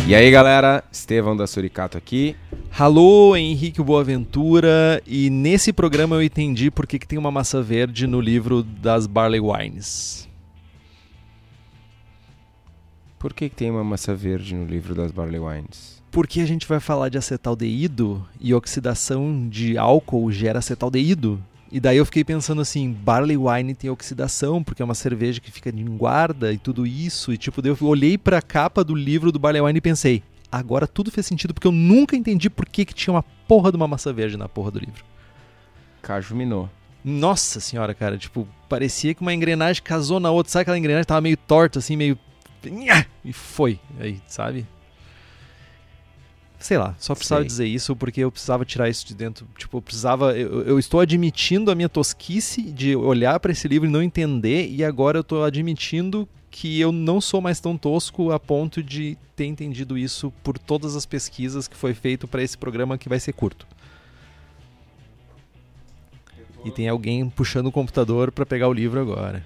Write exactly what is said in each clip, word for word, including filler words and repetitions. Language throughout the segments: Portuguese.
E aí galera, Estevão da Suricato aqui. Alô, Henrique Boaventura, e nesse programa eu entendi por que, que tem uma massa verde no livro das Barley Wines. Por que, que tem uma massa verde no livro das Barley Wines? Porque a gente vai falar de acetaldeído e oxidação de álcool gera acetaldeído. E daí eu fiquei pensando assim, Barley Wine tem oxidação, porque é uma cerveja que fica em guarda e tudo isso. E tipo, daí eu olhei pra capa do livro do Barley Wine e pensei, agora tudo fez sentido, porque eu nunca entendi por que, que tinha uma porra de uma massa verde na porra do livro. Caju Minot. Nossa senhora, cara, tipo, parecia que uma engrenagem casou na outra. Sabe aquela engrenagem que tava meio torta, assim, meio... E foi, aí, sabe? Sei lá, só precisava Sei. dizer isso porque eu precisava tirar isso de dentro. Tipo, eu precisava. Eu, eu estou admitindo a minha tosquice de olhar para esse livro e não entender, e agora eu estou admitindo que eu não sou mais tão tosco a ponto de ter entendido isso por todas as pesquisas que foi feito para esse programa que vai ser curto. E tem alguém puxando o computador para pegar o livro agora.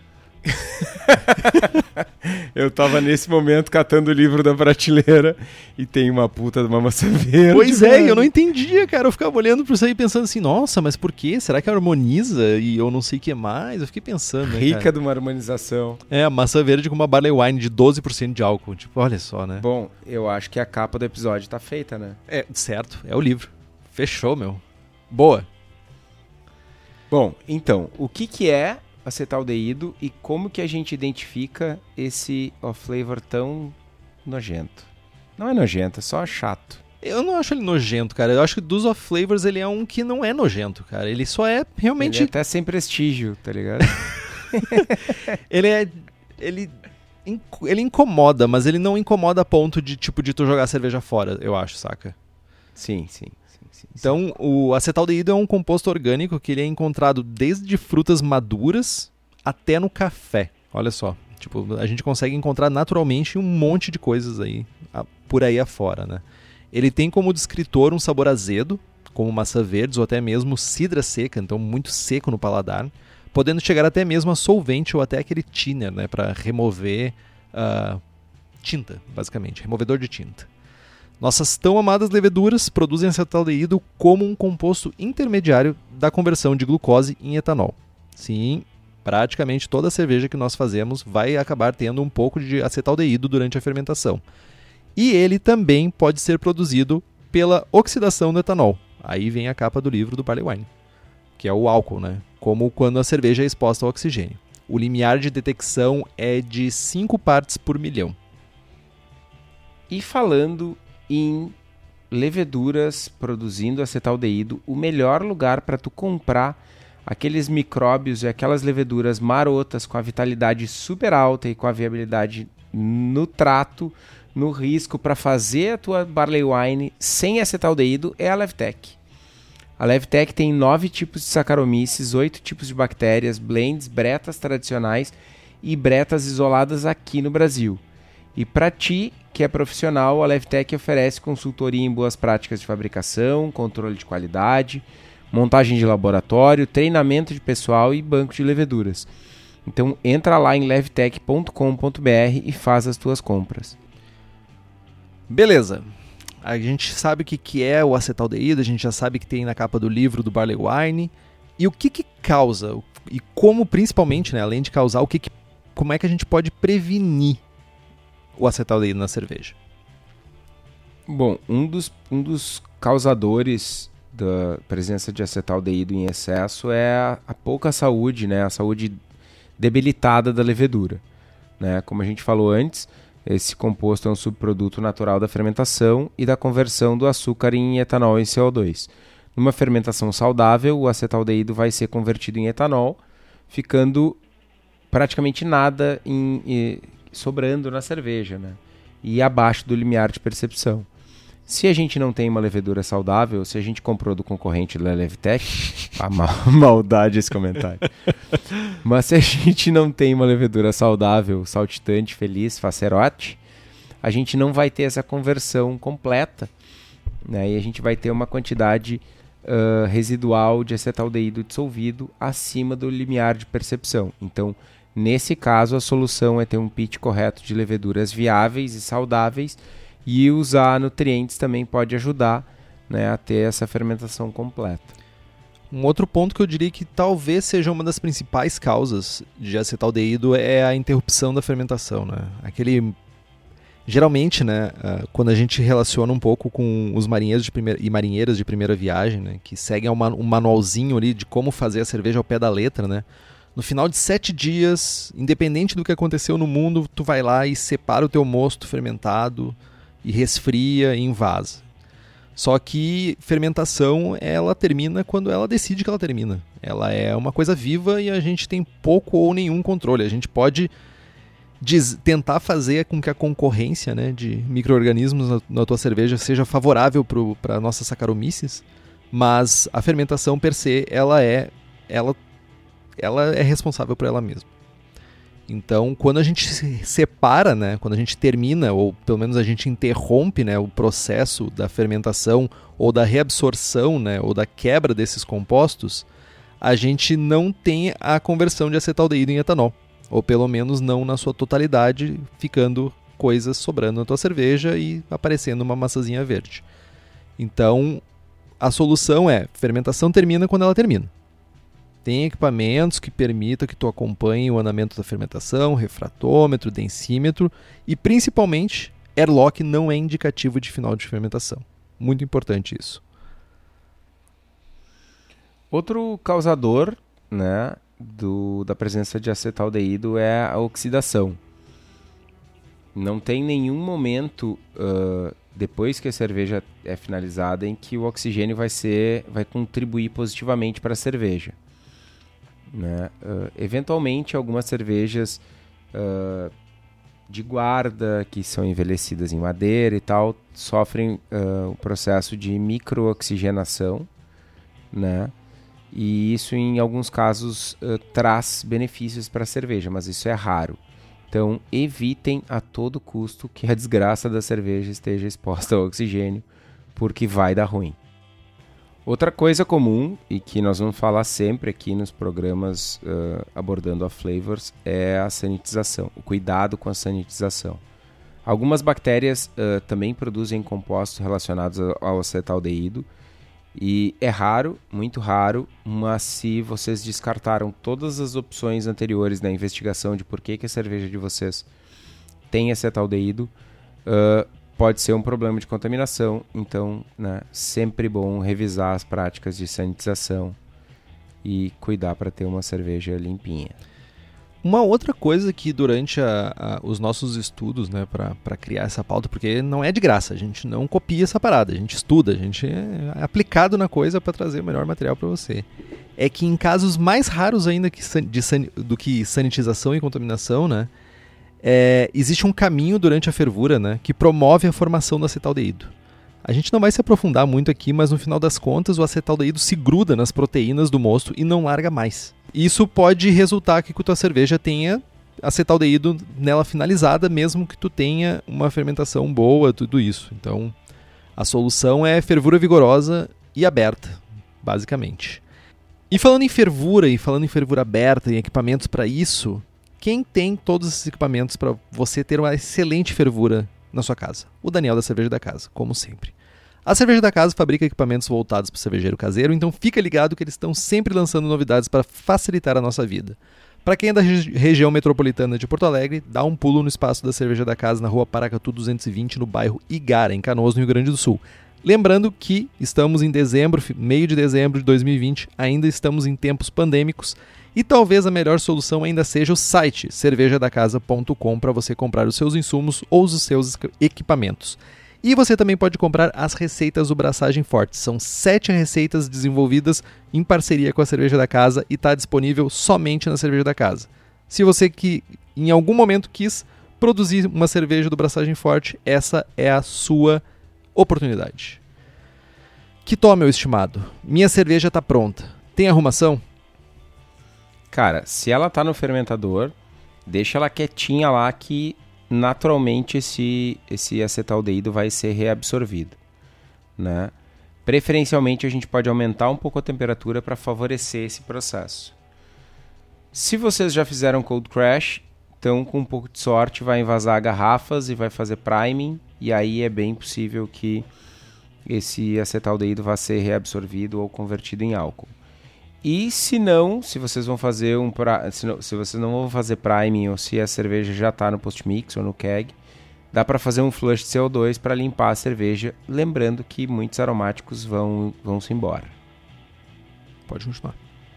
Eu tava nesse momento catando o livro da prateleira e tem uma puta de uma maçã verde. Pois é, mano. Eu não entendia, cara. Eu ficava olhando pra isso aí pensando assim, nossa, mas por quê? Será que harmoniza? E eu não sei o que mais. Eu fiquei pensando, né, Rica cara? de uma harmonização. É, a maçã verde com uma Barley Wine de doze por cento de álcool. Tipo, olha só, né? Bom, eu acho que a capa do episódio tá feita, né? É, certo. É o livro. Fechou, meu. Boa. Bom, então, o que que é acetaldeído e como que a gente identifica esse off-flavor tão nojento? Não é nojento, é só chato. Eu não acho ele nojento, cara. Eu acho que dos off-flavors ele é um que não é nojento, cara. Ele só é realmente... Ele é até sem prestígio, tá ligado? ele é... Ele... Ele incomoda, mas ele não incomoda a ponto de, tipo, de tu jogar a cerveja fora, eu acho, saca? Sim, sim. sim então, sim. o acetaldeído é um composto orgânico que ele é encontrado desde frutas maduras até no café. Olha só, tipo, a gente consegue encontrar naturalmente um monte de coisas aí, por aí afora, né? Ele tem como descritor um sabor azedo, como maçã verde ou até mesmo cidra seca, então muito seco no paladar, podendo chegar até mesmo a solvente ou até aquele thinner, né, para remover uh, tinta, basicamente, removedor de tinta. Nossas tão amadas leveduras produzem acetaldeído como um composto intermediário da conversão de glucose em etanol. Sim, praticamente toda cerveja que nós fazemos vai acabar tendo um pouco de acetaldeído durante a fermentação. E ele também pode ser produzido pela oxidação do etanol. Aí vem a capa do livro do Barley Wine, que é o álcool, né? Como quando a cerveja é exposta ao oxigênio. O limiar de detecção é de cinco partes por milhão. E falando em leveduras produzindo acetaldeído, o melhor lugar para tu comprar aqueles micróbios e aquelas leveduras marotas com a vitalidade super alta e com a viabilidade no trato, no risco para fazer a tua Barley Wine sem acetaldeído é a Levtech. A Levtech tem nove tipos de Saccharomyces, oito tipos de bactérias, blends, bretas tradicionais e bretas isoladas aqui no Brasil. E para ti, que é profissional, a Levtech oferece consultoria em boas práticas de fabricação, controle de qualidade, montagem de laboratório, treinamento de pessoal e banco de leveduras. Então entra lá em levtech ponto com ponto b r e faz as tuas compras. Beleza. A gente sabe o que, que é o acetaldeído, a gente já sabe que tem na capa do livro do Barley Wine. E o que, que causa? E como, principalmente, né, além de causar, o que que, como é que a gente pode prevenir o acetaldeído na cerveja? Bom, um dos, um dos causadores da presença de acetaldeído em excesso é a, a pouca saúde, né? A saúde debilitada da levedura, né? Como a gente falou antes, esse composto é um subproduto natural da fermentação e da conversão do açúcar em etanol e C O dois. Numa fermentação saudável, o acetaldeído vai ser convertido em etanol, ficando praticamente nada em, em, sobrando na cerveja, né? E abaixo do limiar de percepção. Se a gente não tem uma levedura saudável, se a gente comprou do concorrente da Levtech, a mal, maldade esse comentário. Mas se a gente não tem uma levedura saudável, saltitante, feliz, facerote, a gente não vai ter essa conversão completa, né? E a gente vai ter uma quantidade uh, residual de acetaldeído dissolvido acima do limiar de percepção. Então, nesse caso, a solução é ter um pitch correto de leveduras viáveis e saudáveis E usar nutrientes também pode ajudar, né, a ter essa fermentação completa. Um outro ponto que eu diria que talvez seja uma das principais causas de acetaldeído é a interrupção da fermentação, né? Aquele... Geralmente, né, quando a gente relaciona um pouco com os marinheiros de primeira, e marinheiras de primeira viagem, né, que seguem uma, um manualzinho ali de como fazer a cerveja ao pé da letra, né? No final de sete dias, independente do que aconteceu no mundo, tu vai lá e separa o teu mosto fermentado e resfria e envasa. Só que fermentação, ela termina quando ela decide que ela termina. Ela é uma coisa viva e a gente tem pouco ou nenhum controle. A gente pode diz, tentar fazer com que a concorrência, né, de micro-organismos na, na tua cerveja seja favorável para a nossa Saccharomyces, mas a fermentação per se, ela é, ela, ela é responsável por ela mesma. Então, quando a gente se separa, né, quando a gente termina, ou pelo menos a gente interrompe, né, o processo da fermentação ou da reabsorção, né, ou da quebra desses compostos, a gente não tem a conversão de acetaldeído em etanol. Ou pelo menos não na sua totalidade, ficando coisas sobrando na tua cerveja e aparecendo uma maçãzinha verde. Então, a solução é, fermentação termina quando ela termina. Tem equipamentos que permitam que tu acompanhe o andamento da fermentação, refratômetro, densímetro e principalmente, airlock não é indicativo de final de fermentação. Muito importante isso. Outro causador, né, do, da presença de acetaldeído é a oxidação. Não tem nenhum momento uh, depois que a cerveja é finalizada em que o oxigênio vai ser, vai contribuir positivamente para a cerveja. Né? Uh, eventualmente, algumas cervejas uh, de guarda, que são envelhecidas em madeira e tal, sofrem uh, o processo de microoxigenação, né? E isso, em alguns casos, uh, traz benefícios para a cerveja, mas isso é raro. Então, evitem a todo custo que a desgraça da cerveja esteja exposta ao oxigênio, porque vai dar ruim. Outra coisa comum, e que nós vamos falar sempre aqui nos programas uh, abordando a Flavors, é a sanitização, o cuidado com a sanitização. Algumas bactérias uh, também produzem compostos relacionados ao acetaldeído, e é raro, muito raro, mas se vocês descartaram todas as opções anteriores na investigação de por que, que a cerveja de vocês tem acetaldeído, uh, pode ser um problema de contaminação. Então, né, sempre bom revisar as práticas de sanitização e cuidar para ter uma cerveja limpinha. Uma outra coisa que durante a, a, os nossos estudos, né, para criar essa pauta, porque não é de graça, a gente não copia essa parada, a gente estuda, a gente é aplicado na coisa para trazer o melhor material para você. É que em casos mais raros ainda que san, de san, do que sanitização e contaminação, né, é, existe um caminho durante a fervura, né, que promove a formação do acetaldeído. A gente não vai se aprofundar muito aqui, mas no final das contas o acetaldeído se gruda nas proteínas do mosto e não larga mais. Isso pode resultar que a tua cerveja tenha acetaldeído nela finalizada, mesmo que tu tenha uma fermentação boa, tudo isso. Então, a solução é fervura vigorosa e aberta, basicamente. E falando em fervura, e falando em fervura aberta, e equipamentos para isso, quem tem todos esses equipamentos para você ter uma excelente fervura na sua casa? O Daniel da Cerveja da Casa, como sempre. A Cerveja da Casa fabrica equipamentos voltados para o cervejeiro caseiro, então fica ligado que eles estão sempre lançando novidades para facilitar a nossa vida. Para quem é da regi- região metropolitana de Porto Alegre, dá um pulo no espaço da Cerveja da Casa na rua Paracatu duzentos e vinte, no bairro Igara, em Canoas, no Rio Grande do Sul. Lembrando que estamos em dezembro, meio de dezembro de dois mil e vinte, ainda estamos em tempos pandêmicos e talvez a melhor solução ainda seja o site cerveja da casa ponto com para você comprar os seus insumos ou os seus equipamentos. E você também pode comprar as receitas do Braçagem Forte. São sete receitas desenvolvidas em parceria com a Cerveja da Casa e está disponível somente na Cerveja da Casa. Se você que em algum momento quis produzir uma cerveja do Braçagem Forte, essa é a sua oportunidade. Que tome, meu estimado. Minha cerveja está pronta. Tem arrumação? Cara, se ela tá no fermentador, deixa ela quietinha lá que naturalmente esse, esse acetaldeído vai ser reabsorvido, né? Preferencialmente a gente pode aumentar um pouco a temperatura para favorecer esse processo. Se vocês já fizeram cold crash, então com um pouco de sorte vai envasar garrafas e vai fazer priming e aí é bem possível que esse acetaldeído vá ser reabsorvido ou convertido em álcool. E se não, se vocês vão fazer um pra, se, não, se vocês não vão fazer priming ou se a cerveja já está no post-mix ou no keg, dá para fazer um flush de C O dois para limpar a cerveja, lembrando que muitos aromáticos vão, vão se embora. Pode continuar.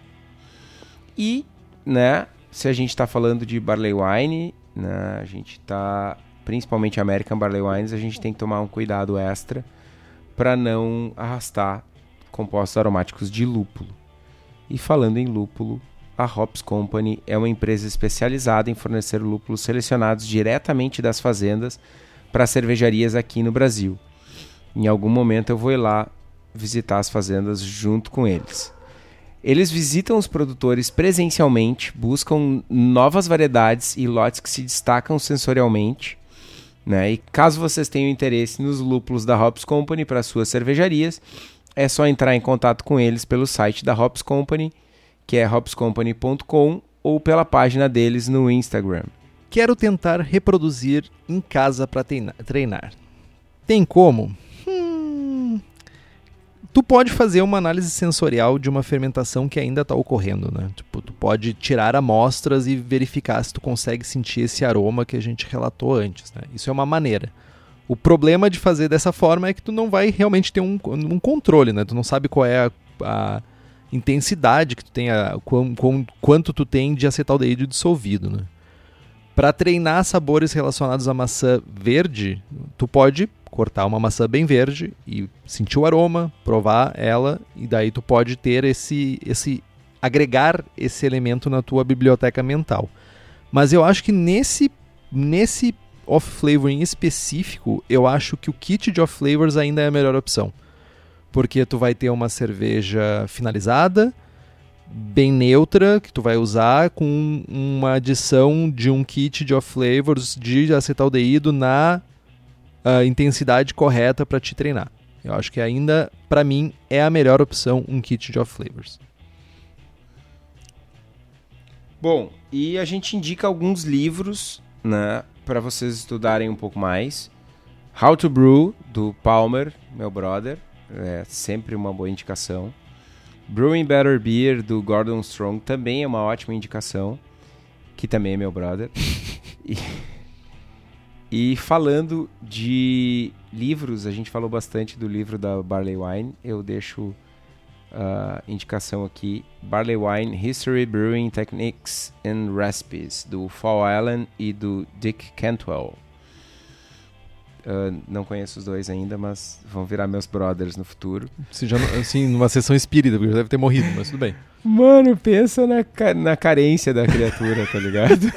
E, né, se a gente está falando de Barley Wine, né, a gente está, principalmente American Barley Wines, a gente tem que tomar um cuidado extra para não arrastar compostos aromáticos de lúpulo. E falando em lúpulo, a Hops Company é uma empresa especializada em fornecer lúpulos selecionados diretamente das fazendas para cervejarias aqui no Brasil. Em algum momento eu vou ir lá visitar as fazendas junto com eles. Eles visitam os produtores presencialmente, buscam novas variedades e lotes que se destacam sensorialmente, né? E caso vocês tenham interesse nos lúpulos da Hops Company para suas cervejarias, é só entrar em contato com eles pelo site da Hops Company, que é hops company ponto com, ou pela página deles no Instagram. Quero tentar reproduzir em casa para treinar. Tem como? Hum... Tu pode fazer uma análise sensorial de uma fermentação que ainda está ocorrendo, né? Tipo, tu pode tirar amostras e verificar se tu consegue sentir esse aroma que a gente relatou antes, né? Isso é uma maneira. O problema de fazer dessa forma é que tu não vai realmente ter um, um controle, né? Tu não sabe qual é a, a intensidade que tu tem, a, quam, quam, quanto tu tem de acetaldeído dissolvido, né? Para treinar sabores relacionados à maçã verde, tu pode cortar uma maçã bem verde e sentir o aroma, provar ela, e daí tu pode ter esse, esse agregar esse elemento na tua biblioteca mental. Mas eu acho que nesse, nesse off-flavor em específico, eu acho que o kit de off-flavors ainda é a melhor opção. Porque tu vai ter uma cerveja finalizada, bem neutra, que tu vai usar com uma adição de um kit de off-flavors de acetaldeído na uh, intensidade correta para te treinar. Eu acho que ainda, para mim, é a melhor opção um kit de off-flavors. Bom, e a gente indica alguns livros, né, para vocês estudarem um pouco mais. How to Brew, do Palmer, meu brother, é sempre uma boa indicação. Brewing Better Beer, do Gordon Strong, também é uma ótima indicação, que também é meu brother. e, e falando de livros, a gente falou bastante do livro da Barley Wine, eu deixo a uh, indicação aqui, Barley Wine, History, Brewing Techniques and Recipes, do Fall Allen e do Dick Cantwell. Uh, não conheço os dois ainda, mas vão virar meus brothers no futuro. Sim, já, assim, numa sessão espírita, porque já deve ter morrido, mas tudo bem. Mano, pensa na, ca- na carência da criatura, tá ligado?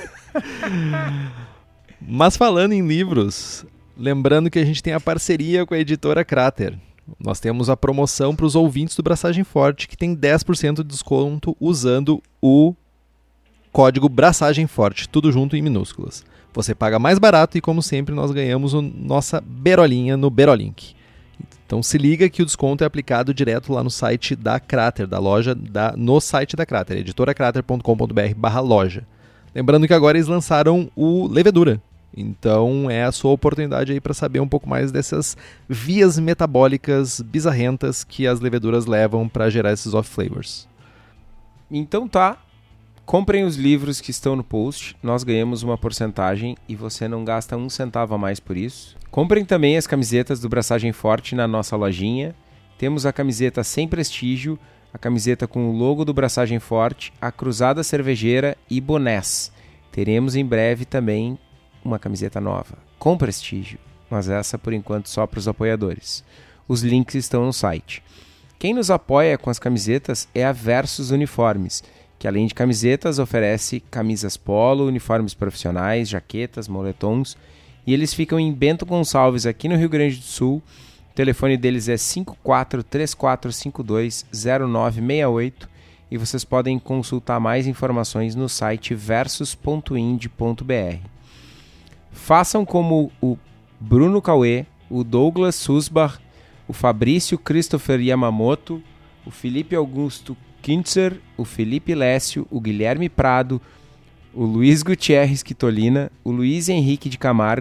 Mas falando em livros, lembrando que a gente tem a parceria com a editora Crater. Nós temos a promoção para os ouvintes do Braçagem Forte, que tem dez por cento de desconto usando o código Braçagem Forte, tudo junto em minúsculas. Você paga mais barato e, como sempre, nós ganhamos a nossa berolinha no Berolink. Então se liga que o desconto é aplicado direto lá no site da Crater, da loja, da, no site da Crater, editora crater ponto com ponto b r barra loja. Lembrando que agora eles lançaram o Levedura. Então é a sua oportunidade aí para saber um pouco mais dessas vias metabólicas bizarrentas que as leveduras levam para gerar esses off-flavors. Então tá, comprem os livros que estão no post, nós ganhamos uma porcentagem e você não gasta um centavo a mais por isso. Comprem também as camisetas do Braçagem Forte na nossa lojinha. Temos a camiseta sem prestígio, a camiseta com o logo do Braçagem Forte, a cruzada cervejeira e bonés. Teremos em breve também uma camiseta nova, com prestígio, mas essa por enquanto só para os apoiadores. Os links estão no site. Quem nos apoia com as camisetas é a Versus Uniformes, que além de camisetas oferece camisas polo, uniformes profissionais, jaquetas, moletons, e eles ficam em Bento Gonçalves, aqui no Rio Grande do Sul. O telefone deles é cinco quatro três quatro cinco dois zero nove seis oito e vocês podem consultar mais informações no site versus ponto ind ponto b r. Façam como o Bruno Cauê, o Douglas Susbach, o Fabrício Christopher Yamamoto, o Felipe Augusto Kintzer, o Felipe Lécio, o Guilherme Prado, o Luiz Gutierrez Quitolina, o Luiz Henrique de Camargo,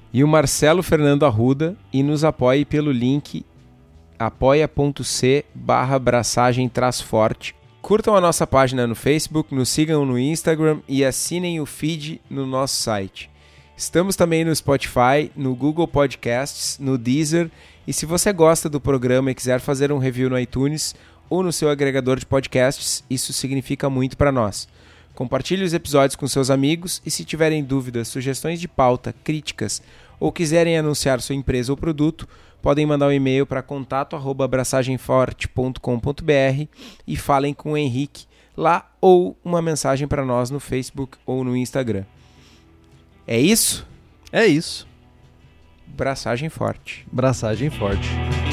E o Marcelo Fernando Arruda, e nos apoie pelo link apoia.c barra abraçagem traz forte. Curtam a nossa página no Facebook, nos sigam no Instagram e assinem o feed no nosso site. Estamos também no Spotify, no Google Podcasts, no Deezer, e se você gosta do programa e quiser fazer um review no iTunes ou no seu agregador de podcasts, isso significa muito para nós. Compartilhe os episódios com seus amigos e se tiverem dúvidas, sugestões de pauta, críticas ou quiserem anunciar sua empresa ou produto, podem mandar um e-mail para contato arroba abraçagemforte ponto com ponto b r e falem com o Henrique lá ou uma mensagem para nós no Facebook ou no Instagram. É isso? É isso. Braçagem forte. Braçagem forte.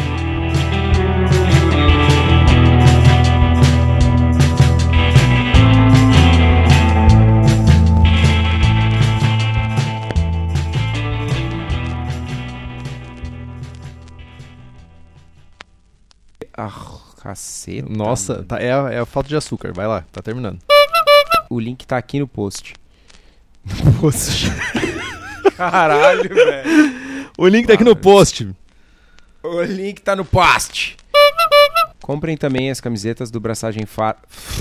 Ah, caceta. Nossa, tá, é, a, é a falta de açúcar. Vai lá, tá terminando. O link tá aqui no post. No post. Caralho, velho. O link tá aqui no post. O link tá no post. Comprem também as camisetas do Braçagem Far...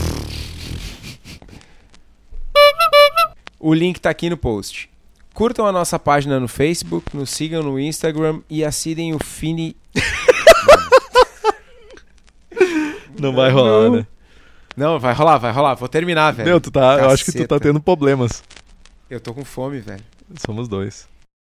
O link tá aqui no post. Curtam a nossa página no Facebook, nos sigam no Instagram e assinem o Fini... Não vai rolar, Não. né? Não, vai rolar, vai rolar. Vou terminar, velho. Meu, tu tá, eu acho que tu tá Caceta. tendo problemas. Eu tô com fome, velho. Somos dois.